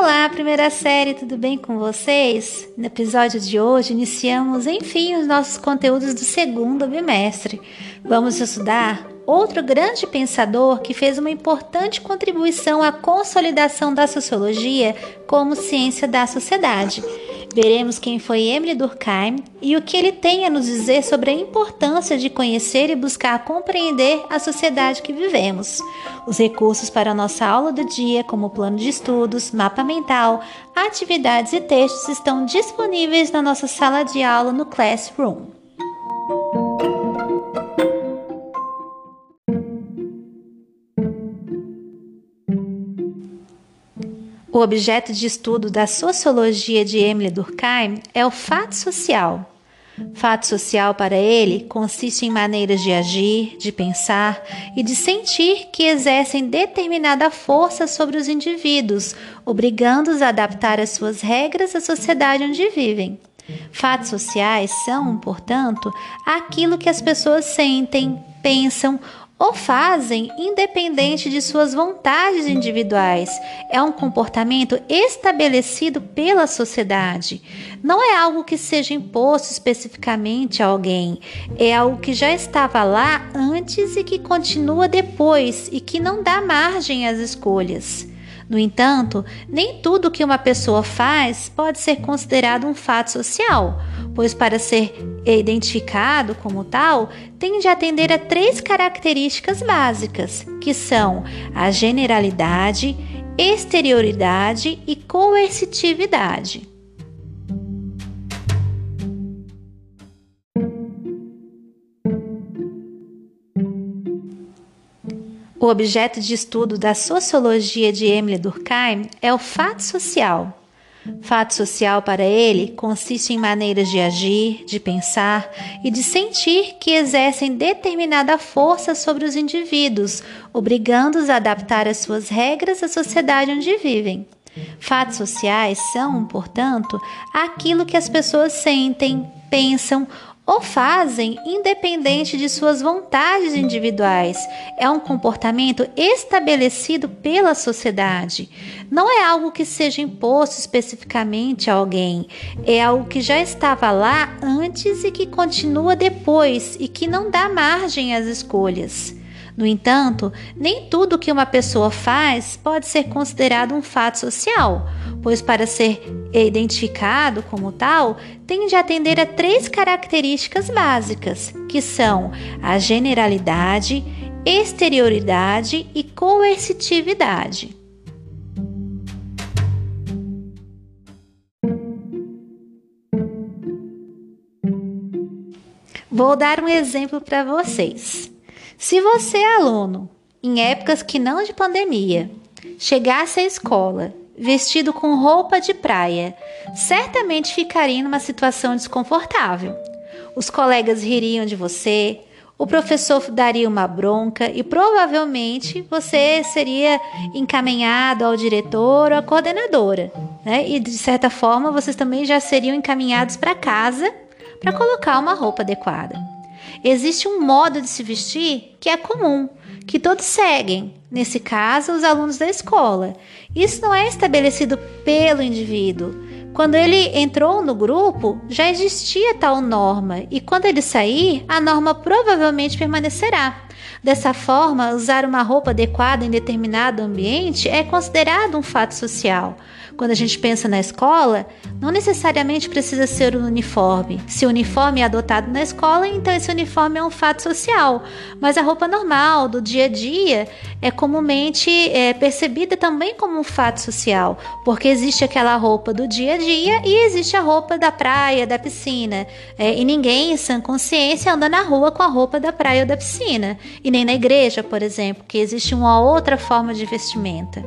Olá, primeira série, tudo bem com vocês? No episódio de hoje, iniciamos, enfim, os nossos conteúdos do segundo bimestre. Vamos estudar outro grande pensador que fez uma importante contribuição à consolidação da sociologia como ciência da sociedade. Veremos quem foi Émile Durkheim e o que ele tem a nos dizer sobre a importância de conhecer e buscar compreender a sociedade que vivemos. Os recursos para a nossa aula do dia, como plano de estudos, mapa mental, atividades e textos estão disponíveis na nossa sala de aula no Classroom. O objeto de estudo da sociologia de Émile Durkheim é o fato social. Fato social para ele consiste em maneiras de agir, de pensar e de sentir que exercem determinada força sobre os indivíduos, obrigando-os a adaptar as suas regras à sociedade onde vivem. Fatos sociais são, portanto, aquilo que as pessoas sentem, pensam ou fazem independente de suas vontades individuais. É um comportamento estabelecido pela sociedade. Não é algo que seja imposto especificamente a alguém. É algo que já estava lá antes e que continua depois e que não dá margem às escolhas. No entanto, nem tudo que uma pessoa faz pode ser considerado um fato social, pois para ser identificado como tal, tem de atender a 3 características básicas, que são a generalidade, exterioridade e coercitividade. O objeto de estudo da sociologia de Émile Durkheim é o fato social. Fato social para ele consiste em maneiras de agir, de pensar e de sentir que exercem determinada força sobre os indivíduos, obrigando-os a adaptar as suas regras à sociedade onde vivem. Fatos sociais são, portanto, aquilo que as pessoas sentem, pensam ou fazem independente de suas vontades individuais. É um comportamento estabelecido pela sociedade. Não é algo que seja imposto especificamente a alguém. É algo que já estava lá antes e que continua depois e que não dá margem às escolhas. No entanto, nem tudo que uma pessoa faz pode ser considerado um fato social, pois para ser identificado como tal, tem de atender a 3 características básicas, que são a generalidade, exterioridade e coercitividade. Vou dar um exemplo para vocês. Se você é aluno, em épocas que não de pandemia, chegasse à escola vestido com roupa de praia, certamente ficaria numa situação desconfortável. Os colegas ririam de você, o professor daria uma bronca e provavelmente você seria encaminhado ao diretor ou à coordenadora, né? E de certa forma vocês também já seriam encaminhados para casa para colocar uma roupa adequada. Existe um modo de se vestir que é comum, que todos seguem, nesse caso, os alunos da escola. Isso não é estabelecido pelo indivíduo. Quando ele entrou no grupo, já existia tal norma, e quando ele sair, a norma provavelmente permanecerá. Dessa forma, usar uma roupa adequada em determinado ambiente é considerado um fato social. Quando a gente pensa na escola, não necessariamente precisa ser um uniforme. Se o uniforme é adotado na escola, então esse uniforme é um fato social. Mas a roupa normal, do dia a dia, é comumente percebida também como um fato social, porque existe aquela roupa do dia a dia e existe a roupa da praia, da piscina. E ninguém, em sã consciência, anda na rua com a roupa da praia ou da piscina. E nem na igreja, por exemplo, que existe uma outra forma de vestimenta.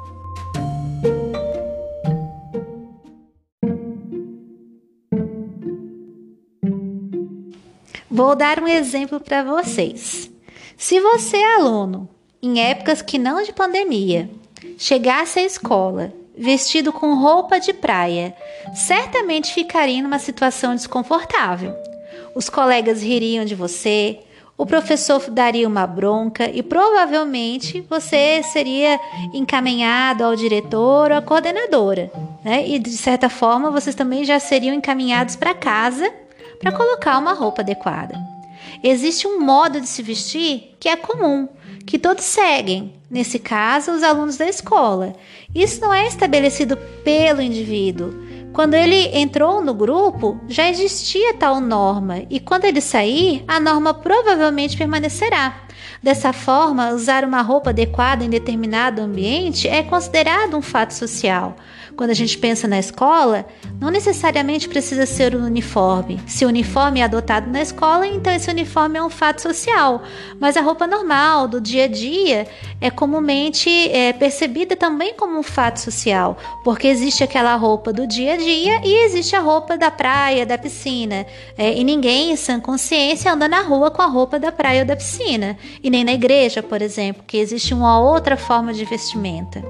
Vou dar um exemplo para vocês. Se você é aluno, em épocas que não de pandemia, chegasse à escola vestido com roupa de praia, certamente ficaria numa situação desconfortável. Os colegas ririam de você, o professor daria uma bronca e provavelmente você seria encaminhado ao diretor ou à coordenadora, né? E de certa forma vocês também já seriam encaminhados para casa para colocar uma roupa adequada. Existe um modo de se vestir que é comum, que todos seguem, nesse caso, os alunos da escola. Isso não é estabelecido pelo indivíduo. Quando ele entrou no grupo, já existia tal norma, e quando ele sair, a norma provavelmente permanecerá. Dessa forma, usar uma roupa adequada em determinado ambiente é considerado um fato social. Quando a gente pensa na escola, não necessariamente precisa ser um uniforme. Se o uniforme é adotado na escola, então esse uniforme é um fato social. Mas a roupa normal, do dia a dia, é comumente percebida também como um fato social, porque existe aquela roupa do dia a dia e existe a roupa da praia, da piscina. E ninguém, em sã consciência, anda na rua com a roupa da praia ou da piscina. E nem na igreja, por exemplo, que existe uma outra forma de vestimenta.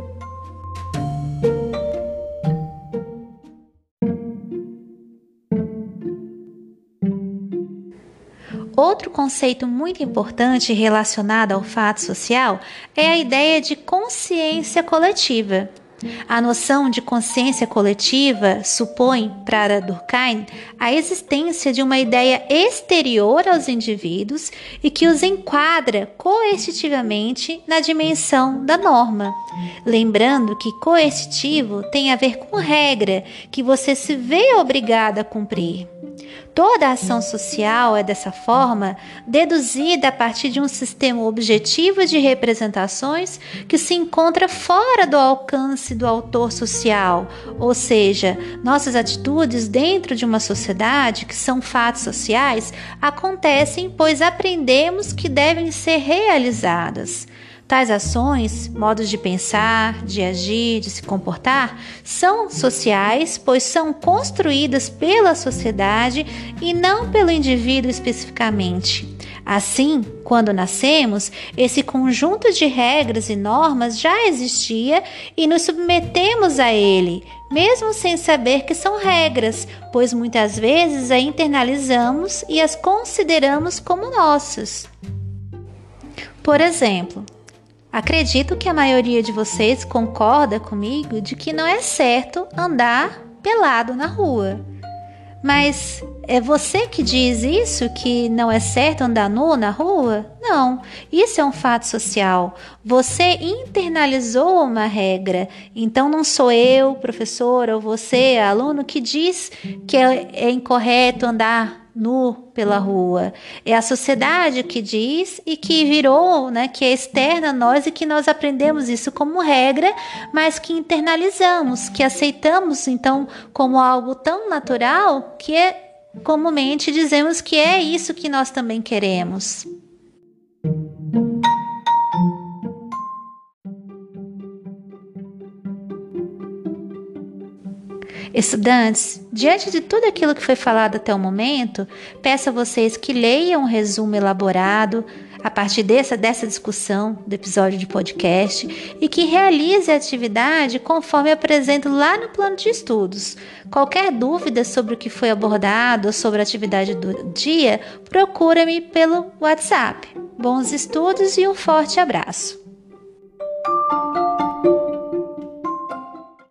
Outro conceito muito importante relacionado ao fato social é a ideia de consciência coletiva. A noção de consciência coletiva supõe, para Durkheim, a existência de uma ideia exterior aos indivíduos e que os enquadra coercitivamente na dimensão da norma. Lembrando que coercitivo tem a ver com regra, que você se vê obrigado a cumprir. Toda a ação social é, dessa forma, deduzida a partir de um sistema objetivo de representações que se encontra fora do alcance do autor social, ou seja, nossas atitudes dentro de uma sociedade, que são fatos sociais, acontecem pois aprendemos que devem ser realizadas. Tais ações, modos de pensar, de agir, de se comportar, são sociais, pois são construídas pela sociedade e não pelo indivíduo especificamente. Assim, quando nascemos, esse conjunto de regras e normas já existia e nos submetemos a ele, mesmo sem saber que são regras, pois muitas vezes a internalizamos e as consideramos como nossas. Por exemplo, acredito que a maioria de vocês concorda comigo de que não é certo andar pelado na rua. Mas é você que diz isso, que não é certo andar nu na rua? Não, isso é um fato social. Você internalizou uma regra. Então não sou eu, professor, ou você, aluno, que diz que é incorreto andar nu pela rua. É a sociedade que diz e que virou, que é externa a nós e que nós aprendemos isso como regra, mas que internalizamos, que aceitamos então como algo tão natural que comumente dizemos que é isso que nós também queremos. Estudantes, diante de tudo aquilo que foi falado até o momento, peço a vocês que leiam um resumo elaborado a partir dessa discussão do episódio de podcast e que realize a atividade conforme apresento lá no plano de estudos. Qualquer dúvida sobre o que foi abordado ou sobre a atividade do dia, procura-me pelo WhatsApp. Bons estudos e um forte abraço!